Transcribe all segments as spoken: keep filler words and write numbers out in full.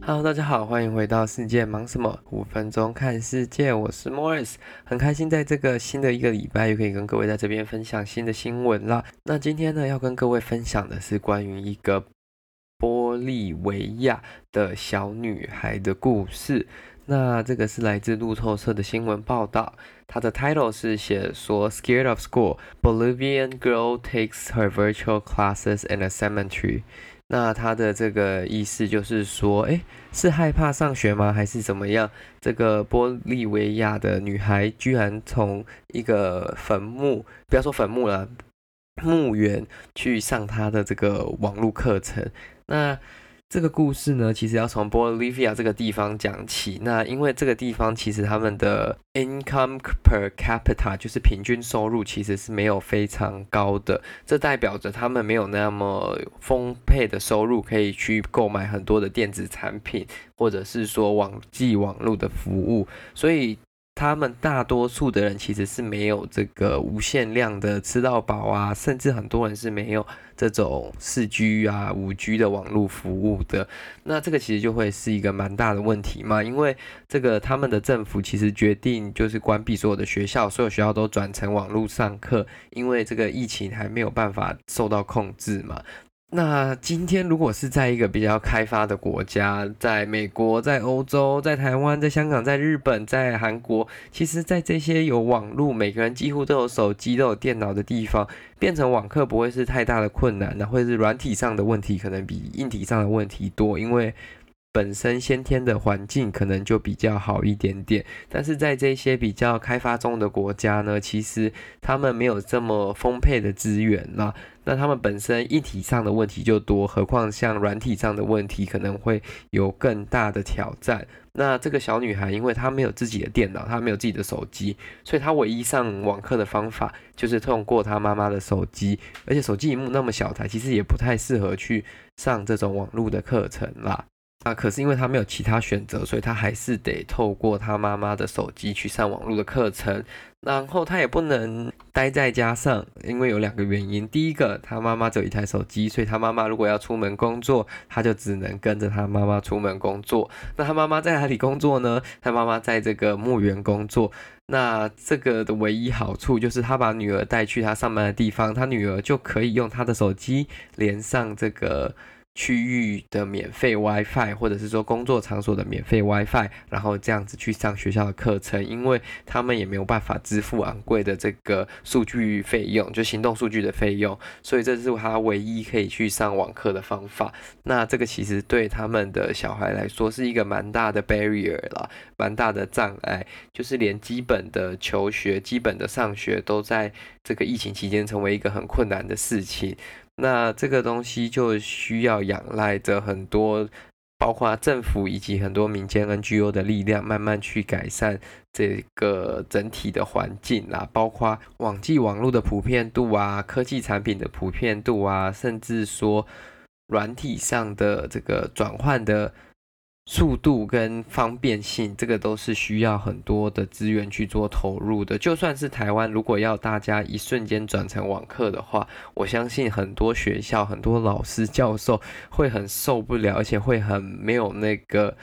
Hello，大家好，欢迎回到世界忙什么？五分钟看世界，我是 Morris，很开心在这个新的一个礼拜又可以跟各位在这边分享新的新闻啦。那今天呢，要跟各位分享的是关于一个玻利维亚的小女孩的故事。那这个是来自路透社的新闻报道，它的 title 是写说 Scared of School, Bolivian girl takes her virtual classes in a cemetery。那他的这个意思就是说，诶，是害怕上学吗？还是怎么样？这个玻利维亚的女孩居然从一个坟墓，不要说坟墓了，墓园去上她的这个网络课程。那这个故事呢，其实要从 Bolivia 这个地方讲起。那因为这个地方其实他们的 income per capita 就是平均收入其实是没有非常高的，这代表着他们没有那么丰沛的收入可以去购买很多的电子产品，或者是说网际网络的服务，所以他们大多数的人其实是没有这个无限量的吃到饱啊，甚至很多人是没有这种四 G 啊、五 G 的网络服务的。那这个其实就会是一个蛮大的问题嘛，因为这个他们的政府其实决定就是关闭所有的学校，所有学校都转成网络上课，因为这个疫情还没有办法受到控制嘛。那今天如果是在一个比较开发的国家，在美国、在欧洲、在台湾、在香港、在日本、在韩国，其实在这些有网络，每个人几乎都有手机、都有电脑的地方，变成网课不会是太大的困难，那会是软体上的问题可能比硬体上的问题多，因为本身先天的环境可能就比较好一点点，但是在这些比较开发中的国家呢，其实他们没有这么丰沛的资源啦，那他们本身硬体上的问题就多，何况像软体上的问题可能会有更大的挑战。那这个小女孩，因为她没有自己的电脑，她没有自己的手机，所以她唯一上网课的方法就是通过她妈妈的手机，而且手机屏幕那么小台，其实也不太适合去上这种网络的课程啦。啊，可是因为他没有其他选择，所以他还是得透过他妈妈的手机去上网络的课程。然后他也不能待在家上，因为有两个原因。第一个，他妈妈只有一台手机，所以他妈妈如果要出门工作，他就只能跟着他妈妈出门工作。那他妈妈在哪里工作呢？他妈妈在这个墓园工作。那这个的唯一好处就是他把女儿带去他上班的地方，他女儿就可以用他的手机连上这个区域的免费 WiFi， 或者是说工作场所的免费 WiFi， 然后这样子去上学校的课程，因为他们也没有办法支付昂贵的这个数据费用，就行动数据的费用，所以这是他唯一可以去上网课的方法。那这个其实对他们的小孩来说是一个蛮大的 barrier 啦，蛮大的障碍，就是连基本的求学、基本的上学都在这个疫情期间成为一个很困难的事情。那这个东西就需要仰赖着很多，包括政府以及很多民间 N G O 的力量，慢慢去改善这个整体的环境啦，包括网际网络的普遍度啊，科技产品的普遍度啊，甚至说软体上的这个转换的速度跟方便性，这个都是需要很多的资源去做投入的。就算是台湾，如果要大家一瞬间转成网课的话，我相信很多学校、很多老师、教授会很受不了，而且会很没有那个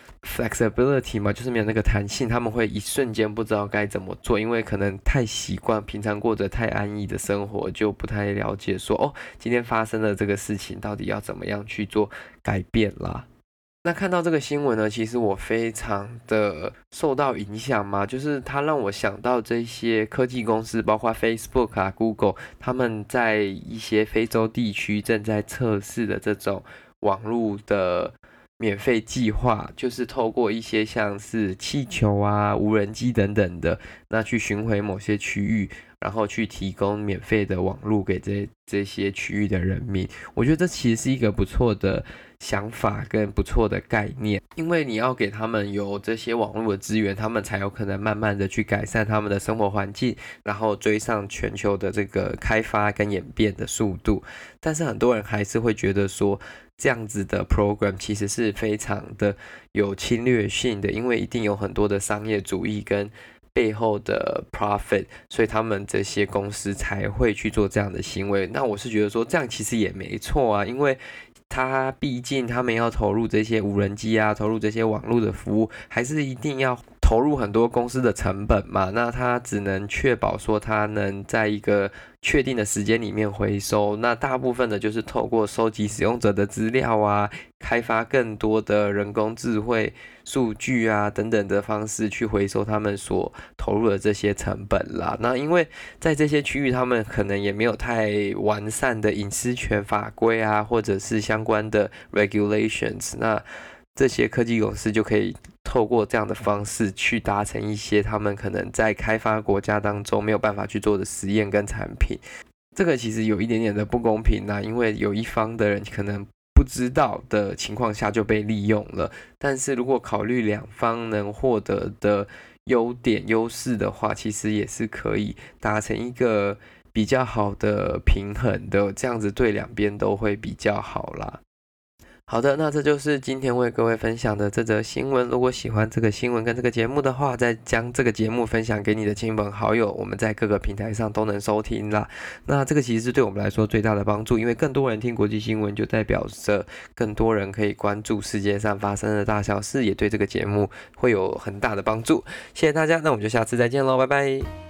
flexibility 嘛，就是没有那个弹性，他们会一瞬间不知道该怎么做，因为可能太习惯平常过着太安逸的生活，就不太了解说哦，今天发生了这个事情，到底要怎么样去做改变啦。那看到这个新闻呢，其实我非常的受到影响嘛，就是它让我想到这些科技公司，包括 Facebook 啊、Google，他们在一些非洲地区正在测试的这种网络的免费计划，就是透过一些像是气球啊、无人机等等的，那去巡回某些区域，然后去提供免费的网络给这这些区域的人民。我觉得这其实是一个不错的想法跟不错的概念，因为你要给他们有这些网络的资源，他们才有可能慢慢的去改善他们的生活环境，然后追上全球的这个开发跟演变的速度。但是很多人还是会觉得说，这样子的 program 其实是非常的有侵略性的，因为一定有很多的商业主义跟背后的 profit， 所以他们这些公司才会去做这样的行为。那我是觉得说，这样其实也没错啊，因为他毕竟他们要投入这些无人机啊，投入这些网络的服务，还是一定要投入很多公司的成本嘛。那他只能确保说他能在一个确定的时间里面回收。那大部分的就是透过收集使用者的资料啊，开发更多的人工智慧数据啊等等的方式去回收他们所投入的这些成本啦。那因为在这些区域，他们可能也没有太完善的隐私权法规啊，或者是相关的 regulations， 那这些科技公司就可以透过这样的方式去达成一些他们可能在开发国家当中没有办法去做的实验跟产品。这个其实有一点点的不公平啦，因为有一方的人可能不知道的情况下就被利用了，但是如果考虑两方能获得的优点优势的话，其实也是可以达成一个比较好的平衡的，这样子对两边都会比较好啦。好的，那这就是今天为各位分享的这则新闻。如果喜欢这个新闻跟这个节目的话，再将这个节目分享给你的亲朋好友，我们在各个平台上都能收听啦。那这个其实是对我们来说最大的帮助，因为更多人听国际新闻，就代表着更多人可以关注世界上发生的大小事，也对这个节目会有很大的帮助。谢谢大家，那我们就下次再见喽，拜拜。